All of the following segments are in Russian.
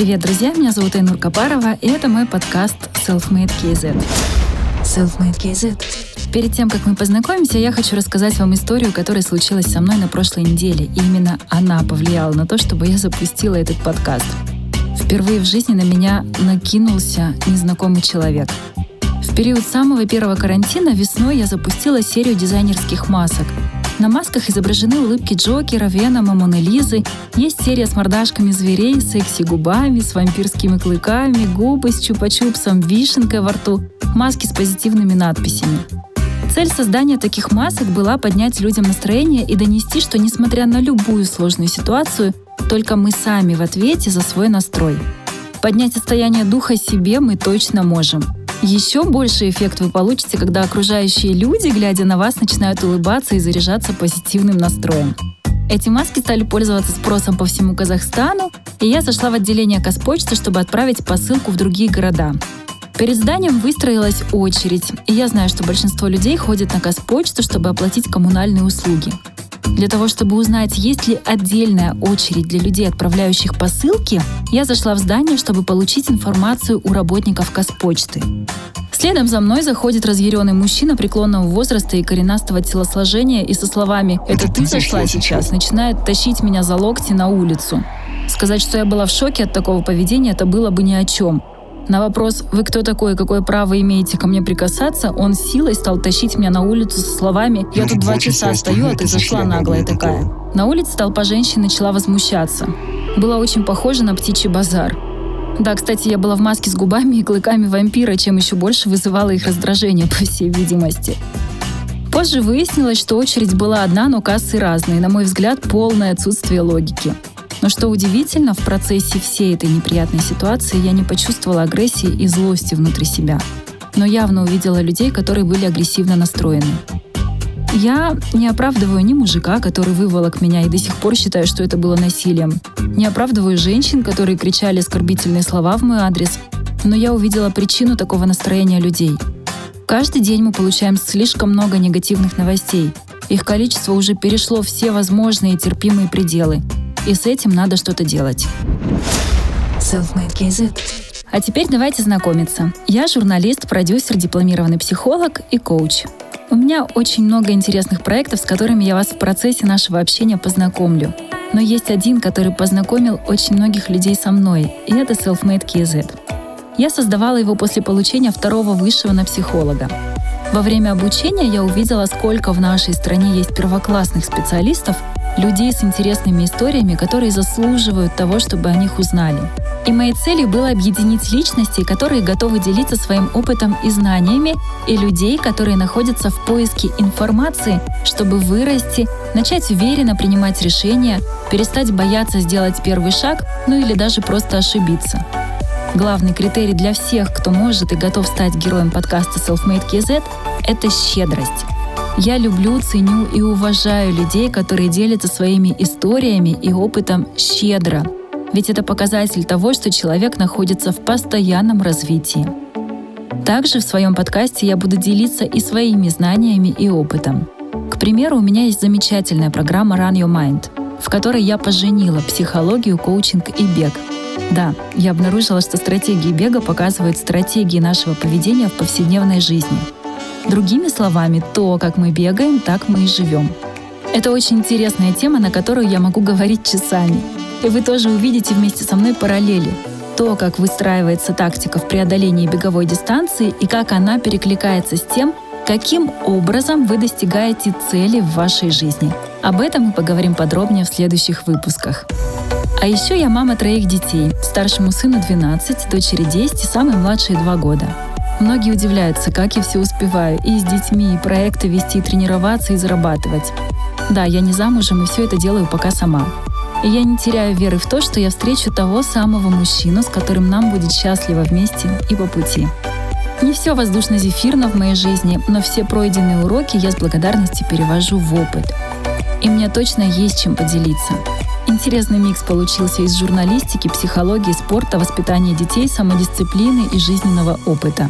Привет, друзья! Меня зовут Айнур Капарова, и это мой подкаст Self-Made KZ. Self-Made KZ. Перед тем, как мы познакомимся, я хочу рассказать вам историю, которая случилась со мной на прошлой неделе. И именно она повлияла на то, чтобы я запустила этот подкаст. Впервые в жизни на меня накинулся незнакомый человек. В период самого первого карантина весной я запустила серию дизайнерских масок. На масках изображены улыбки Джокера, Венома, Моны Лизы. Есть серия с мордашками зверей, секси-губами, с вампирскими клыками, губы с чупа-чупсом, вишенкой во рту, маски с позитивными надписями. Цель создания таких масок была поднять людям настроение и донести, что несмотря на любую сложную ситуацию, только мы сами в ответе за свой настрой. Поднять состояние духа себе мы точно можем. Еще больший эффект вы получите, когда окружающие люди, глядя на вас, начинают улыбаться и заряжаться позитивным настроем. Эти маски стали пользоваться спросом по всему Казахстану, и я зашла в отделение Казпочты, чтобы отправить посылку в другие города. Перед зданием выстроилась очередь, и я знаю, что большинство людей ходят на Казпочту, чтобы оплатить коммунальные услуги. Для того, чтобы узнать, есть ли отдельная очередь для людей, отправляющих посылки, я зашла в здание, чтобы получить информацию у работников Казпочты. Следом за мной заходит разъяренный мужчина преклонного возраста и коренастого телосложения и со словами «Это ты зашла сейчас?» начинает тащить меня за локти на улицу. Сказать, что я была в шоке от такого поведения, это было бы ни о чем. На вопрос «Вы кто такой и какое право имеете ко мне прикасаться?» он силой стал тащить меня на улицу со словами «Я тут 2 часа стою, а ты зашла наглая такая». На улице толпа женщин начала возмущаться. Было очень похоже на птичий базар. Да, кстати, я была в маске с губами и клыками вампира, чем еще больше вызывало их раздражение, по всей видимости. Позже выяснилось, что очередь была одна, но кассы разные. На мой взгляд, полное отсутствие логики. Но что удивительно, в процессе всей этой неприятной ситуации я не почувствовала агрессии и злости внутри себя, но явно увидела людей, которые были агрессивно настроены. Я не оправдываю ни мужика, который выволок меня и до сих пор считаю, что это было насилием, не оправдываю женщин, которые кричали оскорбительные слова в мой адрес, но я увидела причину такого настроения людей. Каждый день мы получаем слишком много негативных новостей. Их количество уже перешло все возможные и терпимые пределы. И с этим надо что-то делать. Self-Made KZ. А теперь давайте знакомиться. Я журналист, продюсер, дипломированный психолог и коуч. У меня очень много интересных проектов, с которыми я вас в процессе нашего общения познакомлю. Но есть один, который познакомил очень многих людей со мной, и это Self-Made KZ. Я создавала его после получения 2-го высшего на психолога. Во время обучения я увидела, сколько в нашей стране есть первоклассных специалистов, людей с интересными историями, которые заслуживают того, чтобы о них узнали. И моей целью было объединить личности, которые готовы делиться своим опытом и знаниями, и людей, которые находятся в поиске информации, чтобы вырасти, начать уверенно принимать решения, перестать бояться сделать первый шаг, ну или даже просто ошибиться. Главный критерий для всех, кто может и готов стать героем подкаста Self-Made KZ — это щедрость. Я люблю, ценю и уважаю людей, которые делятся своими историями и опытом щедро. Ведь это показатель того, что человек находится в постоянном развитии. Также в своем подкасте я буду делиться и своими знаниями и опытом. К примеру, у меня есть замечательная программа Run Your Mind, в которой я поженила психологию, коучинг и бег. Да, я обнаружила, что стратегии бега показывают стратегии нашего поведения в повседневной жизни. Другими словами, то, как мы бегаем, так мы и живем. Это очень интересная тема, на которую я могу говорить часами. И вы тоже увидите вместе со мной параллели. То, как выстраивается тактика в преодолении беговой дистанции и как она перекликается с тем, каким образом вы достигаете цели в вашей жизни. Об этом мы поговорим подробнее в следующих выпусках. А еще я мама 3 детей. Старшему сыну 12, дочери 10 и самой младшей 2 года. Многие удивляются, как я все успеваю и с детьми, и проекты вести, и тренироваться, и зарабатывать. Да, я не замужем, и все это делаю пока сама. И я не теряю веры в то, что я встречу того самого мужчину, с которым нам будет счастливо вместе и по пути. Не все воздушно-зефирно в моей жизни, но все пройденные уроки я с благодарностью перевожу в опыт. И мне точно есть чем поделиться. Интересный микс получился из журналистики, психологии, спорта, воспитания детей, самодисциплины и жизненного опыта.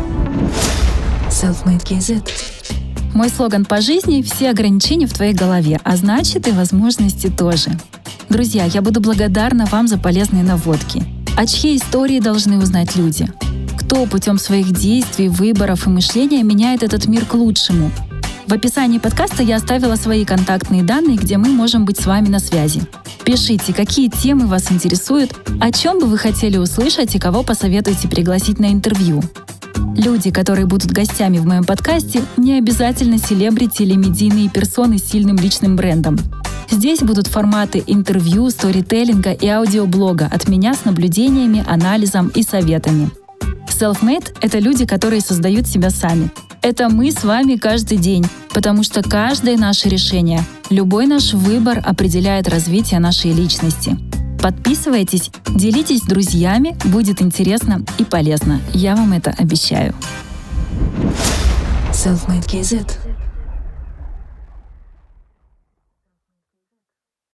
Self-Made KZ. Мой слоган по жизни — все ограничения в твоей голове, а значит и возможности тоже. Друзья, я буду благодарна вам за полезные наводки. А чьи истории должны узнать люди? Кто путем своих действий, выборов и мышления меняет этот мир к лучшему? В описании подкаста я оставила свои контактные данные, где мы можем быть с вами на связи. Пишите, какие темы вас интересуют, о чем бы вы хотели услышать и кого посоветуете пригласить на интервью. Люди, которые будут гостями в моем подкасте, не обязательно селебрити или медийные персоны с сильным личным брендом. Здесь будут форматы интервью, сторителлинга и аудиоблога от меня с наблюдениями, анализом и советами. Self-made — это люди, которые создают себя сами. Это мы с вами каждый день, потому что каждое наше решение, любой наш выбор определяет развитие нашей личности. Подписывайтесь, делитесь с друзьями, будет интересно и полезно. Я вам это обещаю. Self-made KZ.